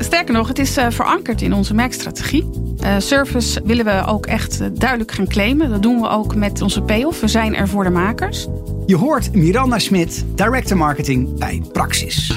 Sterker nog, het is verankerd in onze merkstrategie. Service willen we ook echt duidelijk gaan claimen. Dat doen we ook met onze payoff. We zijn er voor de makers. Je hoort Miranda Smit, Director Marketing bij Praxis.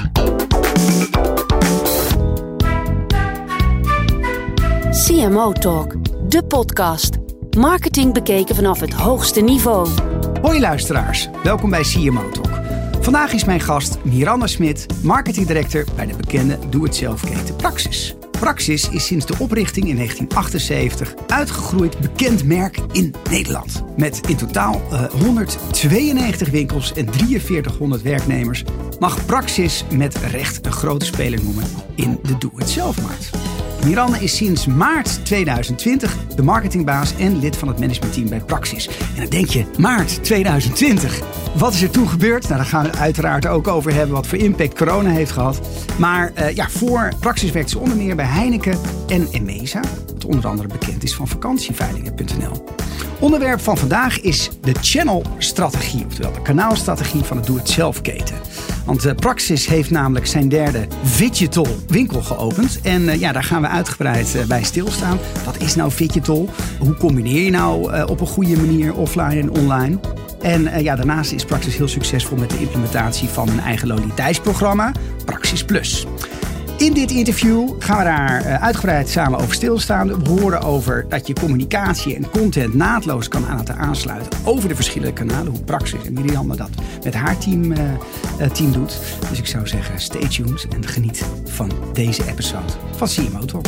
CMO Talk, de podcast. Marketing bekeken vanaf het hoogste niveau. Hoi luisteraars, welkom bij CMO Talk. Vandaag is mijn gast Miranda Smit, Marketing Director bij de bekende doe-het-zelf-keten Praxis. Praxis is sinds de oprichting in 1978 uitgegroeid bekend merk in Nederland. Met in totaal 192 winkels en 4300 werknemers mag Praxis met recht een grote speler noemen in de doe-het-zelfmarkt. Miranda is sinds maart 2020 de marketingbaas en lid van het managementteam bij Praxis. En dan denk je, maart 2020. Wat is er toen gebeurd? Nou, daar gaan we het uiteraard ook over hebben wat voor impact corona heeft gehad. Maar voor Praxis werkt ze onder meer bij Heineken en Emesa. Wat onder andere bekend is van vakantieveilingen.nl. Onderwerp van vandaag is de channelstrategie, oftewel de kanaalstrategie van het doe-het-zelf-keten. Want Praxis heeft namelijk zijn derde Phygital winkel geopend. En daar gaan we uitgebreid bij stilstaan. Wat is nou Phygital? Hoe combineer je nou op een goede manier offline en online? En daarnaast is Praxis heel succesvol met de implementatie van een eigen loyaliteitsprogramma, Praxis Plus. In dit interview gaan we daar uitgebreid samen over stilstaan. We horen over dat je communicatie en content naadloos kan aansluiten over de verschillende kanalen. Hoe Praxis en Miranda dat met haar team doet. Dus ik zou zeggen, stay tuned en geniet van deze episode van CMO Talk.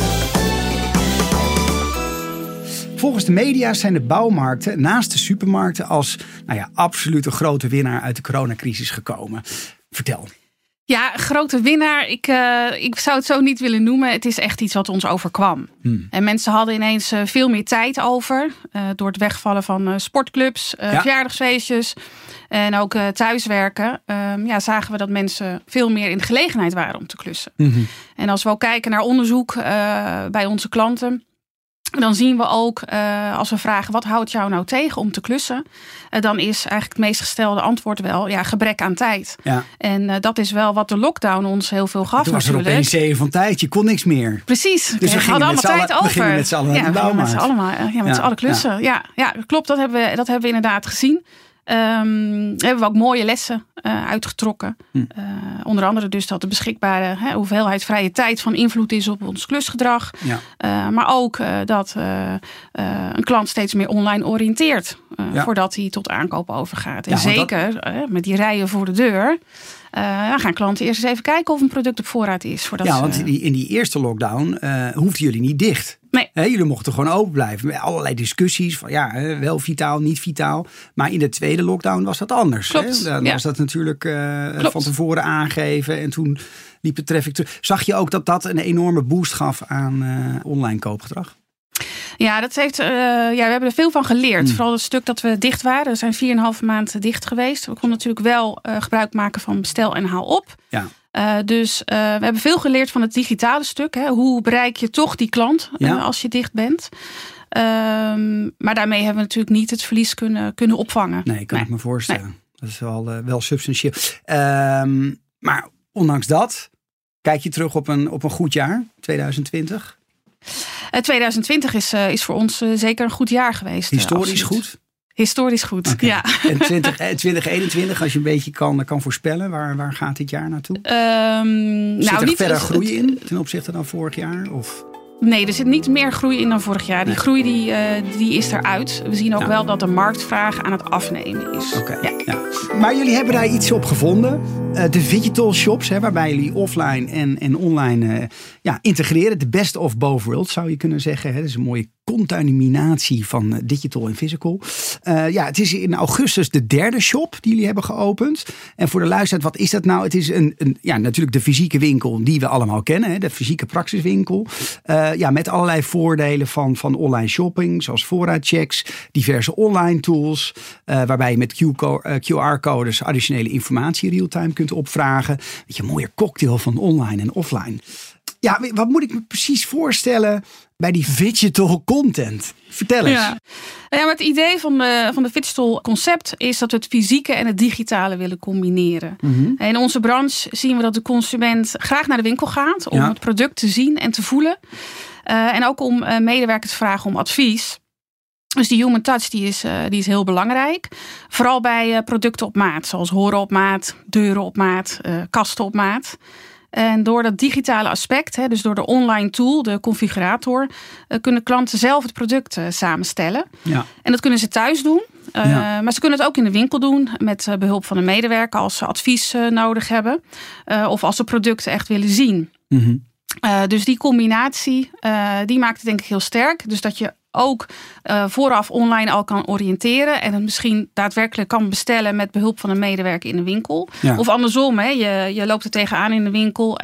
Volgens de media zijn de bouwmarkten naast de supermarkten als absolute grote winnaar uit de coronacrisis gekomen. Vertel. Ja, grote winnaar. Ik zou het zo niet willen noemen. Het is echt iets wat ons overkwam. En mensen hadden ineens veel meer tijd over. Door het wegvallen van sportclubs, verjaardagsfeestjes en ook thuiswerken. Zagen we dat mensen veel meer in de gelegenheid waren om te klussen. Mm-hmm. En als we ook kijken naar onderzoek bij onze klanten, dan zien we ook, als we vragen wat houdt jou nou tegen om te klussen? Dan is eigenlijk het meest gestelde antwoord wel gebrek aan tijd. Ja. En dat is wel wat de lockdown ons heel veel gaf. Toen was er opeens van tijd, je kon niks meer. Dus we hadden allemaal tijd over. We gingen met z'n allen naar de bouwmarkt. Met z'n allen klussen. Ja, klopt, dat hebben we inderdaad gezien. Hebben we ook mooie lessen uitgetrokken. Onder andere dus dat de beschikbare hoeveelheid vrije tijd van invloed is op ons klusgedrag. Ja. Maar ook dat een klant steeds meer online oriënteert. Voordat hij tot aankopen overgaat. En zeker met die rijen voor de deur. Gaan klanten eerst eens even kijken of een product op voorraad is. Want in die eerste lockdown hoefden jullie niet dicht. Nee. Jullie mochten gewoon open blijven. Met allerlei discussies van wel vitaal, niet vitaal. Maar in de tweede lockdown was dat anders. Klopt. Dan was dat natuurlijk van tevoren aangegeven. En toen liep het traffic terug. Zag je ook dat een enorme boost gaf aan online koopgedrag? Ja, dat heeft, we hebben er veel van geleerd. Vooral het stuk dat we dicht waren. We zijn 4,5 maanden dicht geweest. We konden natuurlijk wel gebruik maken van bestel en haal op. Ja. Dus we hebben veel geleerd van het digitale stuk. Hoe bereik je toch die klant als je dicht bent? Maar daarmee hebben we natuurlijk niet het verlies kunnen opvangen. Nee, kan ik me voorstellen. Nee. Dat is wel substantieel. Maar ondanks dat, kijk je terug op een goed jaar, 2020? 2020 is voor ons zeker een goed jaar geweest. Historisch goed? Historisch goed, okay. Ja. En 2021, als je een beetje kan voorspellen, waar gaat dit jaar naartoe? Zit er niet verder groei in ten opzichte dan vorig jaar? Of? Nee, er zit niet meer groei in dan vorig jaar. Die groei die is eruit. We zien ook wel dat de marktvraag aan het afnemen is. Okay. Ja. Maar jullie hebben daar iets op gevonden. De Phygital shops, waarbij jullie offline en online integreren. De best of both worlds zou je kunnen zeggen. Dat is een mooie contaminatie van digital en physical. Het is in augustus de derde shop die jullie hebben geopend. En voor de luisteraar, wat is dat nou? Het is natuurlijk de fysieke winkel die we allemaal kennen. De fysieke Praxiswinkel. Met allerlei voordelen van online shopping. Zoals voorraadchecks, diverse online tools. Waarbij je met QR-codes additionele informatie real-time kunt opvragen. Een mooie cocktail van online en offline. Ja, wat moet ik me precies voorstellen bij die digital content? Vertel eens. Ja, maar het idee van de digital concept is dat we het fysieke en het digitale willen combineren. Mm-hmm. In onze branche zien we dat de consument graag naar de winkel gaat om het product te zien en te voelen. En ook om medewerkers te vragen om advies. Dus die human touch die is heel belangrijk. Vooral bij producten op maat. Zoals horen op maat, deuren op maat, kasten op maat. En door dat digitale aspect, dus door de online tool, de configurator, kunnen klanten zelf het product samenstellen. Ja. En dat kunnen ze thuis doen. Maar ze kunnen het ook in de winkel doen met behulp van een medewerker als ze advies nodig hebben. Of als ze producten echt willen zien. Mm-hmm. Dus die combinatie, die maakt het denk ik heel sterk. Dus dat je ook vooraf online al kan oriënteren. En het misschien daadwerkelijk kan bestellen met behulp van een medewerker in de winkel. Ja. Of andersom, je loopt er tegenaan in de winkel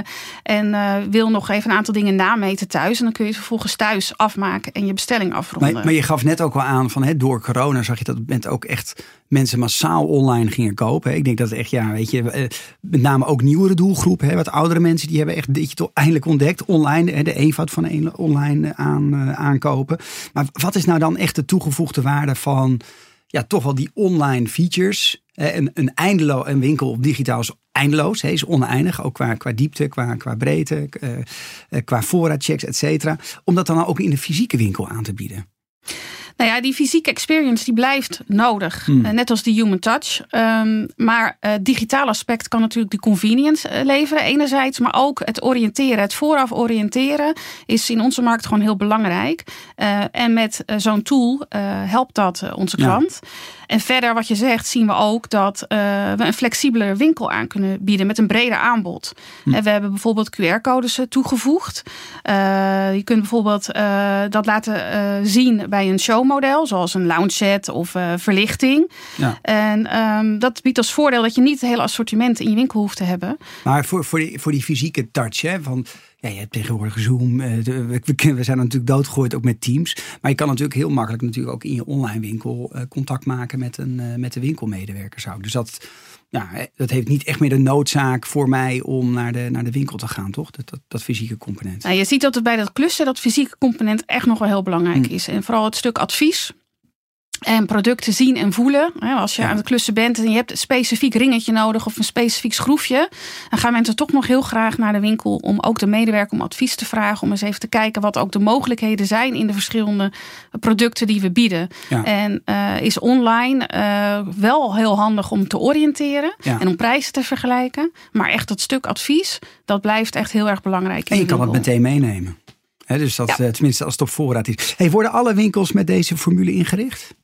en wil nog even een aantal dingen nameten thuis. En dan kun je het vervolgens thuis afmaken en je bestelling afronden. Maar je gaf net ook al aan van door corona zag je dat op het moment ook echt mensen massaal online gingen kopen. Ik denk dat echt, met name ook nieuwere doelgroepen. Wat oudere mensen die hebben echt digital eindelijk ontdekt. Online, de eenvoud van online aankopen. Maar wat is nou dan echt de toegevoegde waarde van toch wel die online features? Een winkel op digitaal is eindeloos, is oneindig. Ook qua diepte, qua breedte, qua voorraadchecks, et cetera. Om dat dan ook in de fysieke winkel aan te bieden. Nou ja, die fysieke experience die blijft nodig. Net als die human touch. Maar het digitale aspect kan natuurlijk die convenience leveren enerzijds. Maar ook het oriënteren, het vooraf oriënteren is in onze markt gewoon heel belangrijk. En met zo'n tool helpt dat onze klant. Ja. En verder wat je zegt zien we ook dat we een flexibeler winkel aan kunnen bieden met een breder aanbod. En we hebben bijvoorbeeld QR-codes toegevoegd. Je kunt bijvoorbeeld dat laten zien bij een showmodel, zoals een lounge set of verlichting. Ja. En dat biedt als voordeel dat je niet het hele assortiment in je winkel hoeft te hebben. Maar voor die fysieke touch, je hebt tegenwoordig Zoom. We zijn natuurlijk doodgegooid ook met Teams. Maar je kan natuurlijk heel makkelijk ook in je online winkel contact maken met de winkelmedewerkers. Dus dat heeft niet echt meer de noodzaak voor mij om naar de winkel te gaan, toch? Dat fysieke component. Nou, je ziet dat bij dat cluster dat fysieke component echt nog wel heel belangrijk is. En vooral het stuk advies. En producten zien en voelen. Als je aan het klussen bent en je hebt een specifiek ringetje nodig of een specifiek schroefje. Dan gaan mensen toch nog heel graag naar de winkel om ook de medewerker om advies te vragen. Om eens even te kijken wat ook de mogelijkheden zijn in de verschillende producten die we bieden. Ja. En is online wel heel handig om te oriënteren en om prijzen te vergelijken. Maar echt dat stuk advies, dat blijft echt heel erg belangrijk. En je kan het meteen meenemen. Dus dat tenminste als het op voorraad is. Worden alle winkels met deze formule ingericht?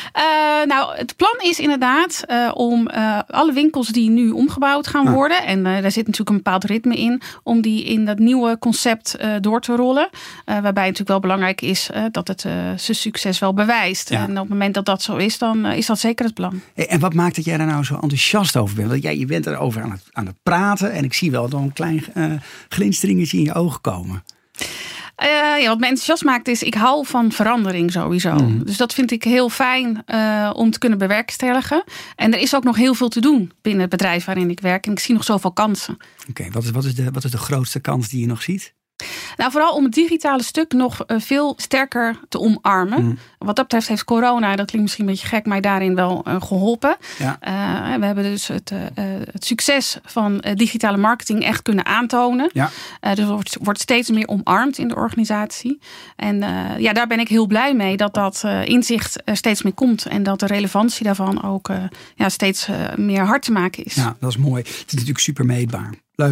Het plan is inderdaad om alle winkels die nu omgebouwd gaan worden. En daar zit natuurlijk een bepaald ritme in. Om die in dat nieuwe concept door te rollen. Waarbij natuurlijk wel belangrijk is dat het zijn succes wel bewijst. Ja. En op het moment dat dat zo is, dan is dat zeker het plan. En wat maakt dat jij daar nou zo enthousiast over bent? Want je bent erover aan het praten. En ik zie wel dan een klein glinsteringetje in je ogen komen. Wat me enthousiast maakt is, ik hou van verandering sowieso. Dus dat vind ik heel fijn om te kunnen bewerkstelligen. En er is ook nog heel veel te doen binnen het bedrijf waarin ik werk. En ik zie nog zoveel kansen. Oké, wat is de grootste kans die je nog ziet? Nou, vooral om het digitale stuk nog veel sterker te omarmen. Wat dat betreft heeft corona, dat klinkt misschien een beetje gek, mij daarin wel geholpen. Ja. We hebben dus het succes van digitale marketing echt kunnen aantonen. Ja. Dus wordt steeds meer omarmd in de organisatie. En daar ben ik heel blij mee dat inzicht steeds meer komt. En dat de relevantie daarvan ook steeds meer hard te maken is. Ja, dat is mooi. Het is natuurlijk super meetbaar. Leuk.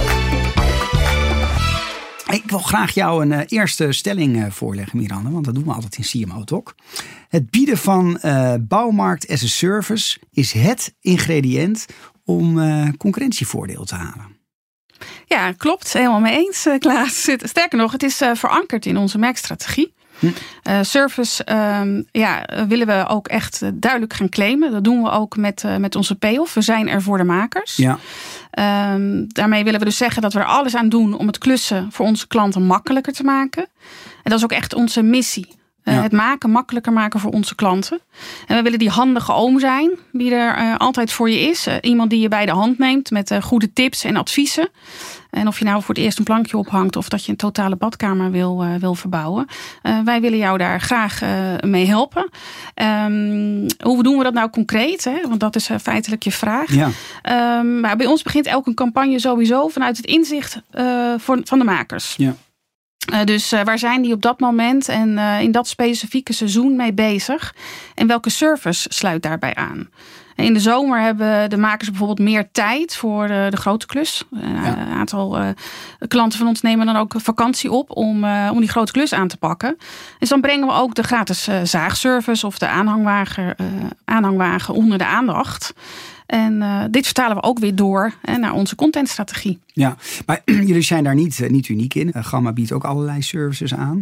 Ik wil graag jou een eerste stelling voorleggen, Miranda. Want dat doen we altijd in CMO Talk. Het bieden van bouwmarkt as a service is het ingrediënt om concurrentievoordeel te halen. Ja, klopt. Helemaal mee eens, Klaas. Sterker nog, het is verankerd in onze merkstrategie. Service willen we ook echt duidelijk gaan claimen. Dat doen we ook met onze payoff. We zijn er voor de makers. Ja. Daarmee willen we dus zeggen dat we er alles aan doen om het klussen voor onze klanten makkelijker te maken. En dat is ook echt onze missie. Het makkelijker maken voor onze klanten. En we willen die handige oom zijn, die er altijd voor je is. Iemand die je bij de hand neemt met goede tips en adviezen. En of je nou voor het eerst een plankje ophangt of dat je een totale badkamer wil verbouwen. Wij willen jou daar graag mee helpen. Hoe doen we dat nou concreet? Hè? Want dat is feitelijk je vraag. Ja. Maar bij ons begint elke campagne sowieso vanuit het inzicht van de makers. Ja. Dus waar zijn die op dat moment en in dat specifieke seizoen mee bezig? En welke service sluit daarbij aan? In de zomer hebben de makers bijvoorbeeld meer tijd voor de grote klus. Een aantal klanten van ons nemen dan ook vakantie op om die grote klus aan te pakken. Dus dan brengen we ook de gratis zaagservice of de aanhangwagen onder de aandacht. En dit vertalen we ook weer door naar onze contentstrategie. Ja, maar jullie zijn daar niet uniek in. Gamma biedt ook allerlei services aan.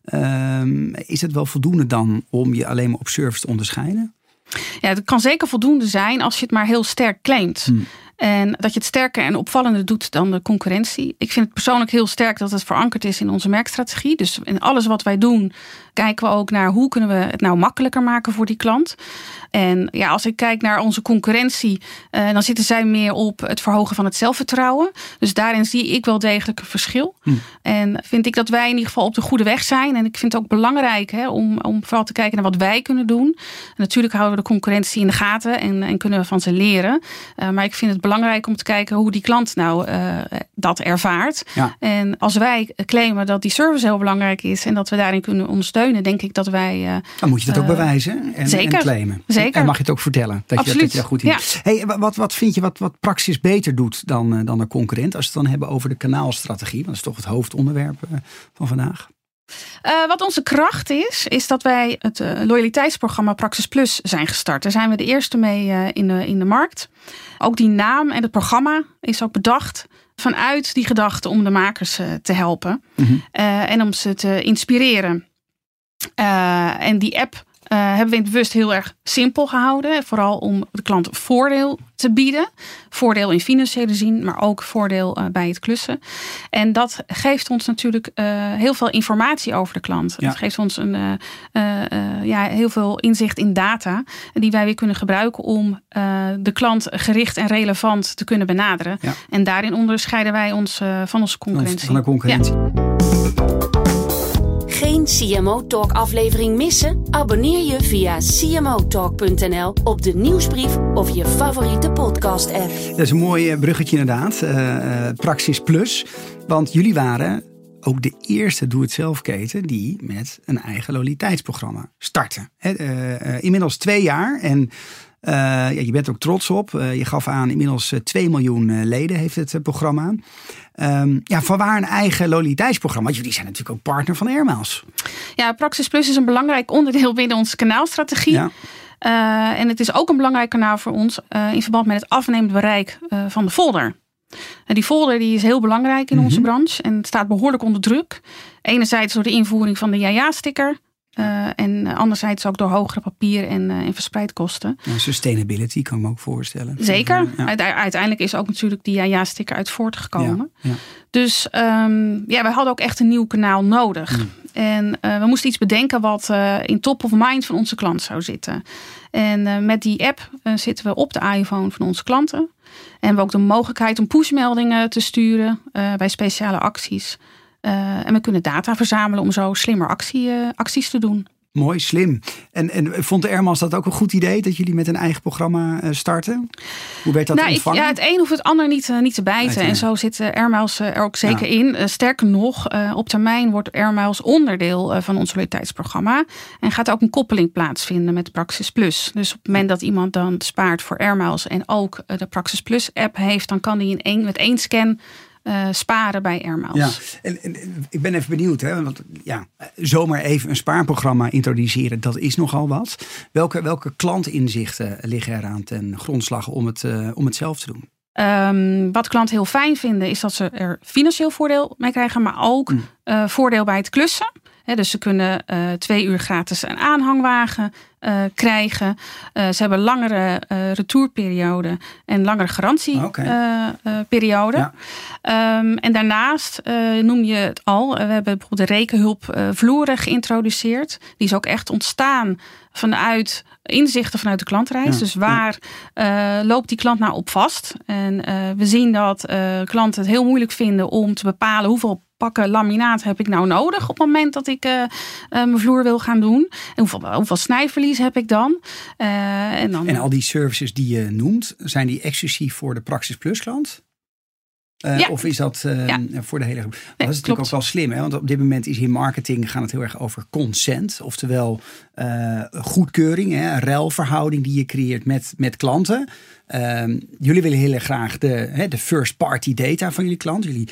Is het wel voldoende dan om je alleen maar op service te onderscheiden? Ja, het kan zeker voldoende zijn als je het maar heel sterk claimt. En dat je het sterker en opvallender doet dan de concurrentie. Ik vind het persoonlijk heel sterk dat het verankerd is in onze merkstrategie. Dus in alles wat wij doen, kijken we ook naar hoe kunnen we het nou makkelijker maken voor die klant. En ja, als ik kijk naar onze concurrentie, dan zitten zij meer op het verhogen van het zelfvertrouwen. Dus daarin zie ik wel degelijk een verschil. En vind ik dat wij in ieder geval op de goede weg zijn. En ik vind het ook belangrijk om vooral te kijken naar wat wij kunnen doen. En natuurlijk houden we de concurrentie in de gaten en kunnen we van ze leren. Maar ik vind het belangrijk om te kijken hoe die klant nou dat ervaart. Ja. En als wij claimen dat die service heel belangrijk is en dat we daarin kunnen ondersteunen, denk ik dat wij... dan moet je dat ook bewijzen en claimen. Zeker. En mag je het ook vertellen dat je dat goed in. Ja. Hey, wat vind je wat Praxis beter doet dan de concurrent? Als we het dan hebben over de kanaalstrategie. Dat is toch het hoofdonderwerp van vandaag. Wat onze kracht is dat wij het loyaliteitsprogramma Praxis Plus zijn gestart. Daar zijn we de eerste mee in de markt. Ook die naam en het programma is ook bedacht vanuit die gedachte om de makers te helpen. En om ze te inspireren. En die app hebben we in het bewust heel erg simpel gehouden. Vooral om de klant voordeel te bieden. Voordeel in financiële zin, maar ook voordeel bij het klussen. En dat geeft ons natuurlijk heel veel informatie over de klant. Ja. Het geeft ons heel veel inzicht in data. Die wij weer kunnen gebruiken om de klant gericht en relevant te kunnen benaderen. Ja. En daarin onderscheiden wij ons van onze concurrentie. Van de concurrentie. Ja. Geen CMO Talk aflevering missen? Abonneer je via cmotalk.nl op de nieuwsbrief of je favoriete podcast app. Dat is een mooi bruggetje inderdaad. Praxis Plus. Want jullie waren ook de eerste doe-het-zelf-keten die met een eigen loyaliteitsprogramma starten. Inmiddels 2 jaar en je bent er ook trots op. Je gaf aan, inmiddels 2 miljoen leden heeft het programma. Vanwaar een eigen loyaliteitsprogramma? Want jullie zijn natuurlijk ook partner van Airmiles. Ja, Praxis Plus is een belangrijk onderdeel binnen onze kanaalstrategie. Ja. En het is ook een belangrijk kanaal voor ons in verband met het afnemend bereik van de folder. Die folder die is heel belangrijk in onze branche en het staat behoorlijk onder druk. Enerzijds door de invoering van de ja-ja-sticker. En anderzijds ook door hogere papier- en verspreidkosten. Ja, sustainability kan ik me ook voorstellen. Zeker. Ja. Uiteindelijk is ook natuurlijk die ja-ja-sticker uit voortgekomen. Ja. Dus wij hadden ook echt een nieuw kanaal nodig. En we moesten iets bedenken wat in top of mind van onze klant zou zitten. En met die app zitten we op de iPhone van onze klanten. En hebben we ook de mogelijkheid om pushmeldingen te sturen bij speciale acties. En we kunnen data verzamelen om zo slimmer acties te doen. Mooi, slim. En vond de Airmiles dat ook een goed idee dat jullie met een eigen programma starten? Hoe werd dat ontvangen? Het een hoeft het ander niet te bijten. En zo zit Airmiles er ook zeker in. Sterker nog, op termijn wordt Airmiles onderdeel van ons loyaliteitsprogramma. En gaat ook een koppeling plaatsvinden met Praxis Plus. Dus op het moment dat iemand dan spaart voor Airmiles en ook de Praxis Plus app heeft, dan kan die met één scan sparen bij Airmiles. Ja, en ik ben even benieuwd. Want zomaar even een spaarprogramma introduceren, dat is nogal wat. Welke klantinzichten liggen er aan ten grondslag om het zelf te doen? Wat klanten heel fijn vinden is dat ze er financieel voordeel mee krijgen, maar ook voordeel bij het klussen. Dus ze kunnen 2 uur gratis een aanhangwagen krijgen. Ze hebben langere retourperiode en langere garantieperiode. En daarnaast noem je het al. We hebben bijvoorbeeld de rekenhulp vloeren geïntroduceerd. Die is ook echt ontstaan vanuit inzichten vanuit de klantreis. Dus waar loopt die klant nou op vast? En we zien dat klanten het heel moeilijk vinden om te bepalen hoeveel pakken laminaat heb ik nou nodig op het moment dat ik mijn vloer wil gaan doen. En hoeveel snijverlies heb ik dan? En al die services die je noemt, zijn die exclusief voor de Praxis Plus klant? Of is dat voor de hele groep? Dat is natuurlijk ook wel slim. Hè? Want op dit moment is in marketing gaat het heel erg over consent. Oftewel goedkeuring, ruilverhouding die je creëert met klanten. Jullie willen heel erg graag de first party data van jullie klant. Jullie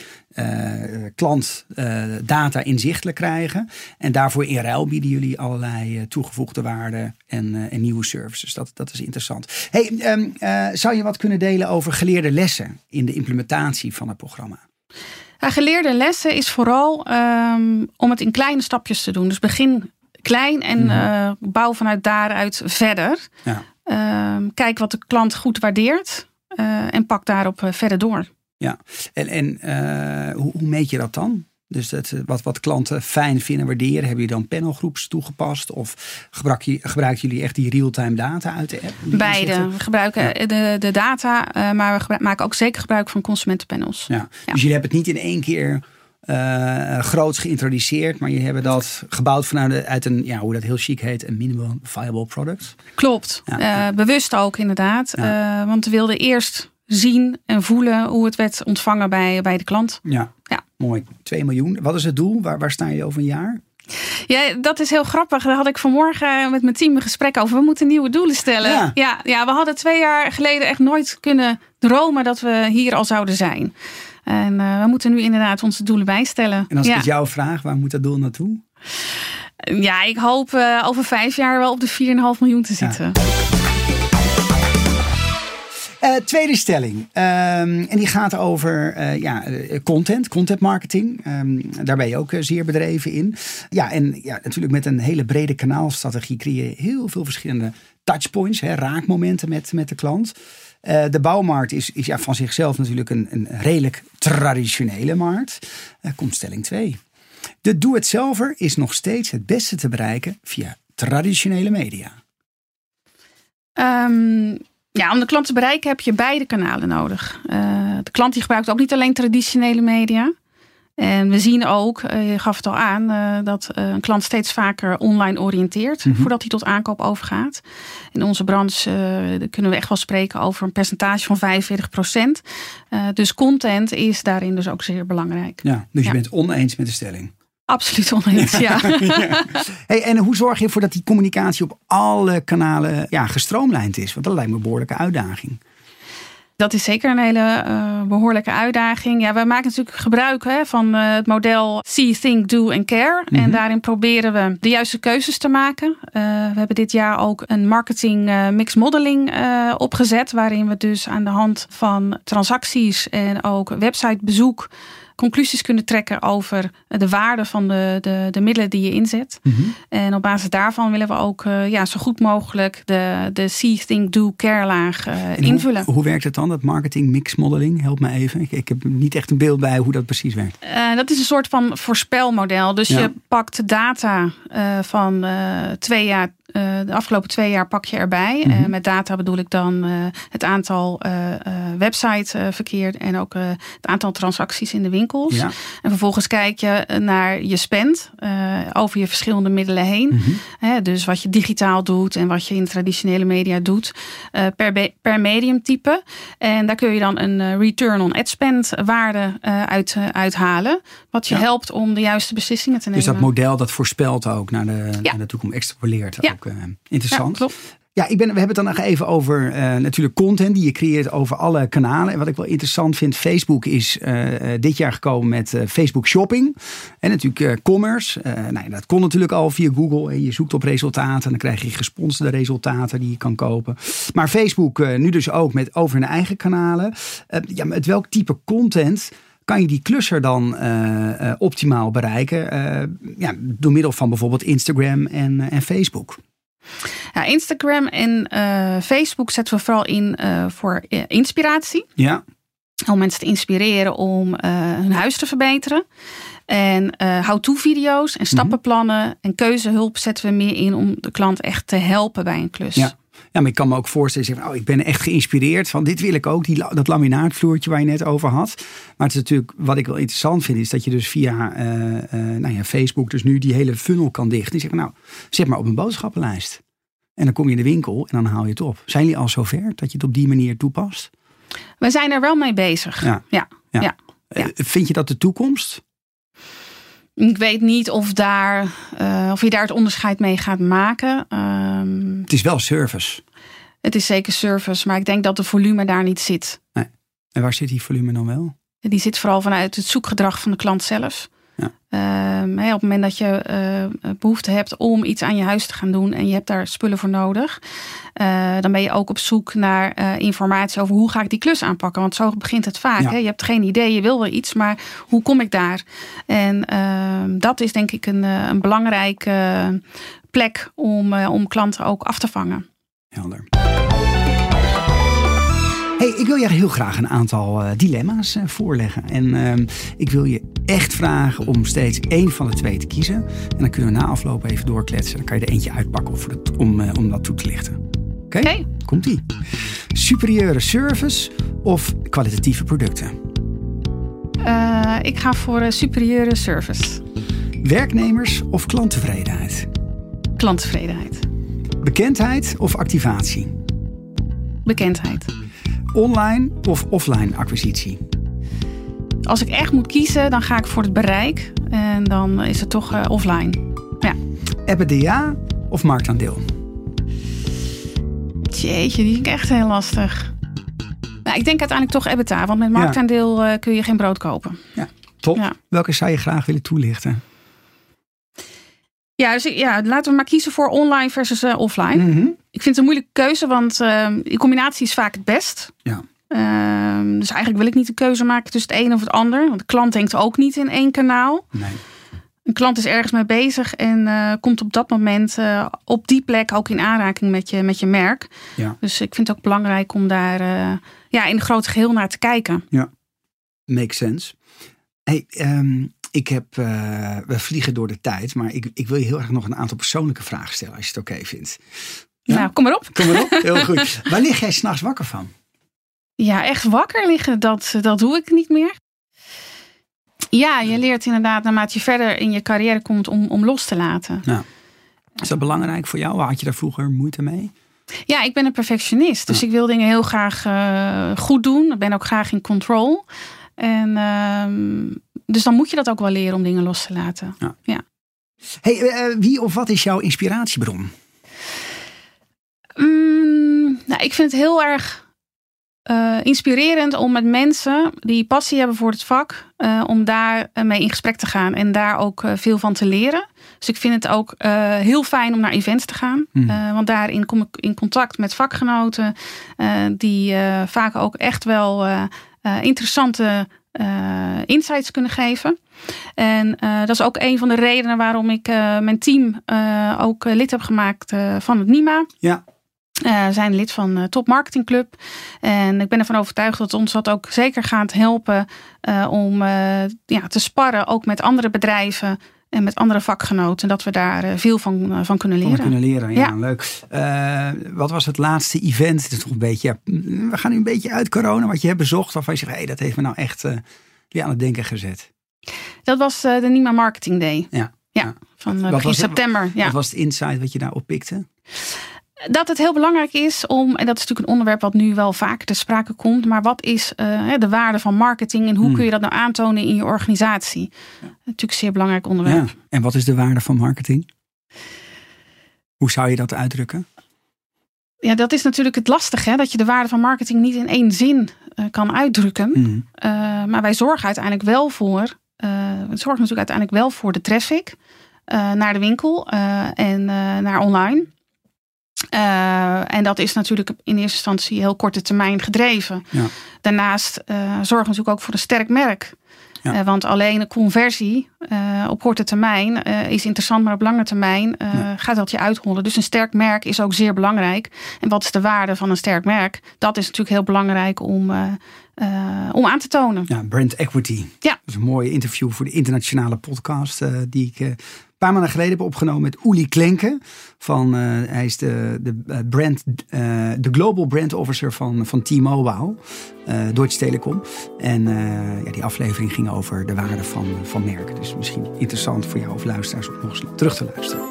klantdata inzichtelijk krijgen. En daarvoor in ruil bieden jullie allerlei toegevoegde waarden en nieuwe services. Dat is interessant. Zou je wat kunnen delen over geleerde lessen in de implementatie van het programma? Geleerde lessen is vooral om het in kleine stapjes te doen. Dus begin klein en bouw vanuit daaruit verder. Ja. Kijk wat de klant goed waardeert en pak daarop verder door. Ja, en hoe meet je dat dan? Dus wat klanten fijn vinden, waarderen. Hebben jullie dan panelgroeps toegepast? Of gebruiken jullie echt die real-time data uit de app? Beide. We gebruiken de data, maar we maken ook zeker gebruik van consumentenpanels. Ja. Dus jullie hebben het niet in één keer groots geïntroduceerd, maar je hebben dat gebouwd uit een, hoe dat heel chic heet, een minimum viable product. Klopt. Bewust ook inderdaad. Ja. Want we wilden eerst zien en voelen hoe het werd ontvangen bij de klant. Ja. Mooi. 2 miljoen. Wat is het doel? Waar sta je over een jaar? Ja, dat is heel grappig. Daar had ik vanmorgen met mijn team een gesprek over. We moeten nieuwe doelen stellen. Ja, we hadden 2 jaar geleden echt nooit kunnen dromen dat we hier al zouden zijn. En we moeten nu inderdaad onze doelen bijstellen. En als ik het jou vraag, waar moet dat doel naartoe? Ja, ik hoop over 5 jaar wel op de 4,5 miljoen te zitten. Tweede stelling. En die gaat over content marketing. Daar ben je ook zeer bedreven in. En natuurlijk met een hele brede kanaalstrategie creëer je heel veel verschillende touchpoints, raakmomenten met de klant. De bouwmarkt is van zichzelf natuurlijk een redelijk traditionele markt. Komt stelling 2. De doe-het-zelver is nog steeds het beste te bereiken via traditionele media. Om de klant te bereiken heb je beide kanalen nodig. De klant die gebruikt ook niet alleen traditionele media. En we zien ook, je gaf het al aan, dat een klant steeds vaker online oriënteert voordat hij tot aankoop overgaat. In onze branche kunnen we echt wel spreken over een percentage van 45%. Dus content is daarin dus ook zeer belangrijk. Ja, dus je bent oneens met de stelling? Absoluut oneens, ja. En hoe zorg je ervoor dat die communicatie op alle kanalen gestroomlijnd is? Want dat lijkt me een behoorlijke uitdaging. Dat is zeker een hele behoorlijke uitdaging. Ja, we maken natuurlijk gebruik van het model See, Think, Do and Care. En daarin proberen we de juiste keuzes te maken. We hebben dit jaar ook een marketing mix modeling opgezet. Waarin we dus aan de hand van transacties en ook websitebezoek conclusies kunnen trekken over de waarde van de middelen die je inzet. En op basis daarvan willen we ook zo goed mogelijk de See, Think, Do, Care laag invullen. Hoe werkt het dan, dat marketing mix modeling? Help me even. Ik heb niet echt een beeld bij hoe dat precies werkt. Dat is een soort van voorspelmodel. Dus je pakt data van 2 jaar. De afgelopen 2 jaar pak je erbij. Met data bedoel ik dan het aantal websiteverkeer en ook het aantal transacties in de winkels. Ja. En vervolgens kijk je naar je spend over je verschillende middelen heen. Dus wat je digitaal doet en wat je in traditionele media doet per mediumtype. En daar kun je dan een return on ad spend waarde uithalen. Wat je helpt om de juiste beslissingen te nemen. Dus dat model dat voorspelt ook naar de toekomst, extrapoleert ook. Interessant. Ja, we hebben het dan nog even over natuurlijk content die je creëert over alle kanalen. En wat ik wel interessant vind, Facebook is dit jaar gekomen met Facebook Shopping. En natuurlijk commerce. Dat kon natuurlijk al via Google. En je zoekt op resultaten en dan krijg je gesponsorde resultaten die je kan kopen. Maar Facebook nu dus ook over hun eigen kanalen. Met welk type content kan je die klusser dan optimaal bereiken door middel van bijvoorbeeld Instagram en Facebook? Ja, Instagram en Facebook zetten we vooral in voor inspiratie. Ja. Om mensen te inspireren om hun huis te verbeteren. En how-to-video's en stappenplannen en keuzehulp zetten we meer in om de klant echt te helpen bij een klus. Ja. Ja, maar ik kan me ook voorstellen, ik ben echt geïnspireerd van dit wil ik ook, dat laminaatvloertje waar je net over had. Maar het is natuurlijk, wat ik wel interessant vind, is dat je dus via Facebook dus nu die hele funnel kan dichten. En zeggen, zet maar op een boodschappenlijst. En dan kom je in de winkel en dan haal je het op. Zijn jullie al zover dat je het op die manier toepast? We zijn er wel mee bezig. Ja. Vind je dat de toekomst? Ik weet niet of je daar het onderscheid mee gaat maken. Het is wel service. Het is zeker service, maar ik denk dat de volume daar niet zit. Nee. En waar zit die volume dan wel? Die zit vooral vanuit het zoekgedrag van de klant zelf. Ja. Op het moment dat je behoefte hebt om iets aan je huis te gaan doen en je hebt daar spullen voor nodig, dan ben je ook op zoek naar informatie over hoe ga ik die klus aanpakken. Want zo begint het vaak. Ja. Hè? Je hebt geen idee, je wil wel iets, maar hoe kom ik daar? En dat is denk ik een belangrijke plek om klanten ook af te vangen. Helder. Hey, ik wil je heel graag een aantal dilemma's voorleggen. En ik wil je echt vragen om steeds één van de twee te kiezen. En dan kunnen we na afloop even doorkletsen. Dan kan je er eentje uitpakken om dat toe te lichten. Oké? Komt-ie. Superieure service of kwalitatieve producten? Ik ga voor superieure service. Werknemers of klanttevredenheid? Klanttevredenheid. Bekendheid of activatie? Bekendheid. Online of offline acquisitie? Als ik echt moet kiezen, dan ga ik voor het bereik. En dan is het toch offline. Ja. EBITDA of marktaandeel? Jeetje, die vind ik echt heel lastig. Nou, ik denk uiteindelijk toch EBITDA. Want met marktaandeel kun je geen brood kopen. Ja, top. Ja. Welke zou je graag willen toelichten? Ja, dus laten we maar kiezen voor online versus offline. Mm-hmm. Ik vind het een moeilijke keuze, want die combinatie is vaak het best. Ja. Dus eigenlijk wil ik niet een keuze maken tussen het een of het ander. Want de klant denkt ook niet in één kanaal. Nee. Een klant is ergens mee bezig en komt op dat moment op die plek ook in aanraking met je merk. Ja. Dus ik vind het ook belangrijk om daar in het grote geheel naar te kijken. Ja, makes sense. Hey, we vliegen door de tijd, maar ik wil je heel erg nog een aantal persoonlijke vragen stellen als je het oké vindt. Ja? Nou, kom maar op. Kom maar op, heel goed. Waar lig jij 's nachts wakker van? Ja, echt wakker liggen, dat doe ik niet meer. Ja, je leert inderdaad naarmate je verder in je carrière komt om los te laten. Ja. Is dat belangrijk voor jou? Had je daar vroeger moeite mee? Ja, ik ben een perfectionist. Dus ik wil dingen heel graag goed doen. Ik ben ook graag in control. En dus dan moet je dat ook wel leren om dingen los te laten. Ja. Hey, wie of wat is jouw inspiratiebron? Ik vind het heel erg inspirerend om met mensen die passie hebben voor het vak, om daar mee in gesprek te gaan en daar ook veel van te leren. Dus ik vind het ook heel fijn om naar events te gaan. Want daarin kom ik in contact met vakgenoten die vaak ook echt wel interessante insights kunnen geven. En dat is ook een van de redenen waarom ik mijn team ook lid heb gemaakt van het NIMA. Ja. Zijn lid van Top Marketing Club. En ik ben ervan overtuigd dat ons dat ook zeker gaat helpen om te sparren ook met andere bedrijven en met andere vakgenoten. Dat we daar veel van kunnen leren. Van kunnen leren, ja. Leuk. Wat was het laatste event? Het is toch een beetje, we gaan nu een beetje uit corona. Wat je hebt bezocht waarvan je zegt, dat heeft me nou echt weer aan het denken gezet. Dat was de NIMA Marketing Day. Ja. Van begin september. Wat was het insight wat je daar oppikte? Dat het heel belangrijk is om, en dat is natuurlijk een onderwerp wat nu wel vaker te sprake komt, maar wat is de waarde van marketing en hoe kun je dat nou aantonen in je organisatie? Natuurlijk een zeer belangrijk onderwerp. Ja. En wat is de waarde van marketing? Hoe zou je dat uitdrukken? Ja, dat is natuurlijk het lastige, hè? Dat je de waarde van marketing niet in één zin kan uitdrukken. Maar wij zorgen uiteindelijk wel voor, de traffic naar de winkel en naar online. En dat is natuurlijk in eerste instantie heel korte termijn gedreven. Ja. Daarnaast zorgen we natuurlijk ook voor een sterk merk. Ja. Want alleen een conversie op korte termijn is interessant, maar op lange termijn gaat dat je uithollen. Dus een sterk merk is ook zeer belangrijk. En wat is de waarde van een sterk merk? Dat is natuurlijk heel belangrijk om aan te tonen. Ja, brand equity. Ja. Dat is een mooie interview voor de internationale podcast die ik een paar maanden geleden heb opgenomen met Uli Klenke. Hij is de Global Brand Officer van T-Mobile, Deutsche Telekom. En die aflevering ging over de waarde van merken. Dus misschien interessant voor jou of luisteraars om nog eens terug te luisteren.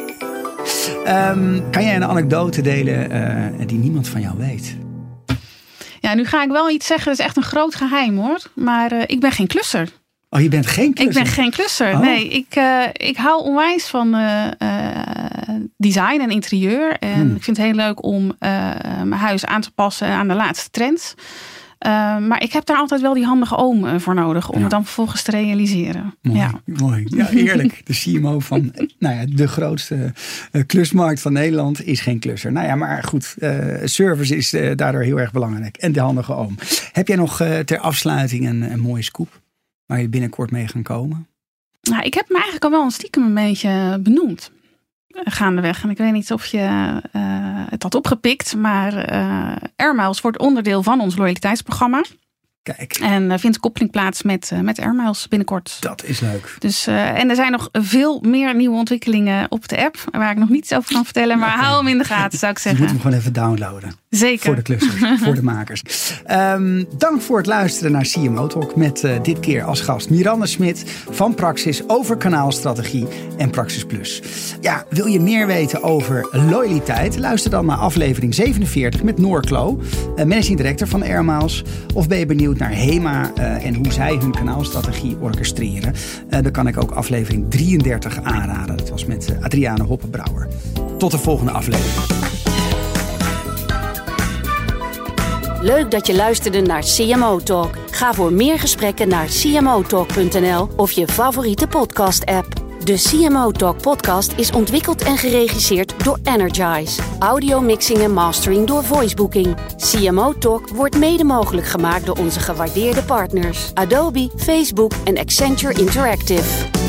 Kan jij een anekdote delen die niemand van jou weet? Ja, nu ga ik wel iets zeggen. Dat is echt een groot geheim hoor. Maar ik ben geen klusser. Oh, je bent geen klusser? Ik ben geen klusser. Oh. Nee, ik hou onwijs van design en interieur. En ik vind het heel leuk om mijn huis aan te passen aan de laatste trends. Maar ik heb daar altijd wel die handige oom voor nodig om het dan vervolgens te realiseren. Mooi. Ja, eerlijk. De CMO van de grootste klusmarkt van Nederland is geen klusser. Nou ja, maar goed. Service is daardoor heel erg belangrijk. En de handige oom. Heb jij nog ter afsluiting een mooie scoop waar je binnenkort mee gaan komen? Nou, ik heb me eigenlijk al wel een stiekem een beetje benoemd. Gaandeweg. En ik weet niet of je het had opgepikt. Maar Air Miles wordt onderdeel van ons loyaliteitsprogramma. Kijk. En vindt koppeling plaats met Air Miles binnenkort. Dat is leuk. Dus, en er zijn nog veel meer nieuwe ontwikkelingen op de app. Waar ik nog niets over kan vertellen. Maar hou hem in de gaten, zou ik zeggen. Je moet hem gewoon even downloaden. Zeker. Voor de klussers, voor de makers. Dank voor het luisteren naar CMO Talk. Met dit keer als gast Miranda Smit van Praxis over kanaalstrategie en Praxis Plus. Ja, wil je meer weten over loyaliteit? Luister dan naar aflevering 47 met Noor Klo, managing director van Air Miles. Of ben je benieuwd naar HEMA en hoe zij hun kanaalstrategie orchestreren? Dan kan ik ook aflevering 33 aanraden. Dat was met Adriane Hoppenbrouwer. Tot de volgende aflevering. Leuk dat je luisterde naar CMO Talk. Ga voor meer gesprekken naar cmotalk.nl of je favoriete podcast-app. De CMO Talk podcast is ontwikkeld en geregisseerd door Energize. Audio mixing en mastering door Voicebooking. CMO Talk wordt mede mogelijk gemaakt door onze gewaardeerde partners Adobe, Facebook en Accenture Interactive.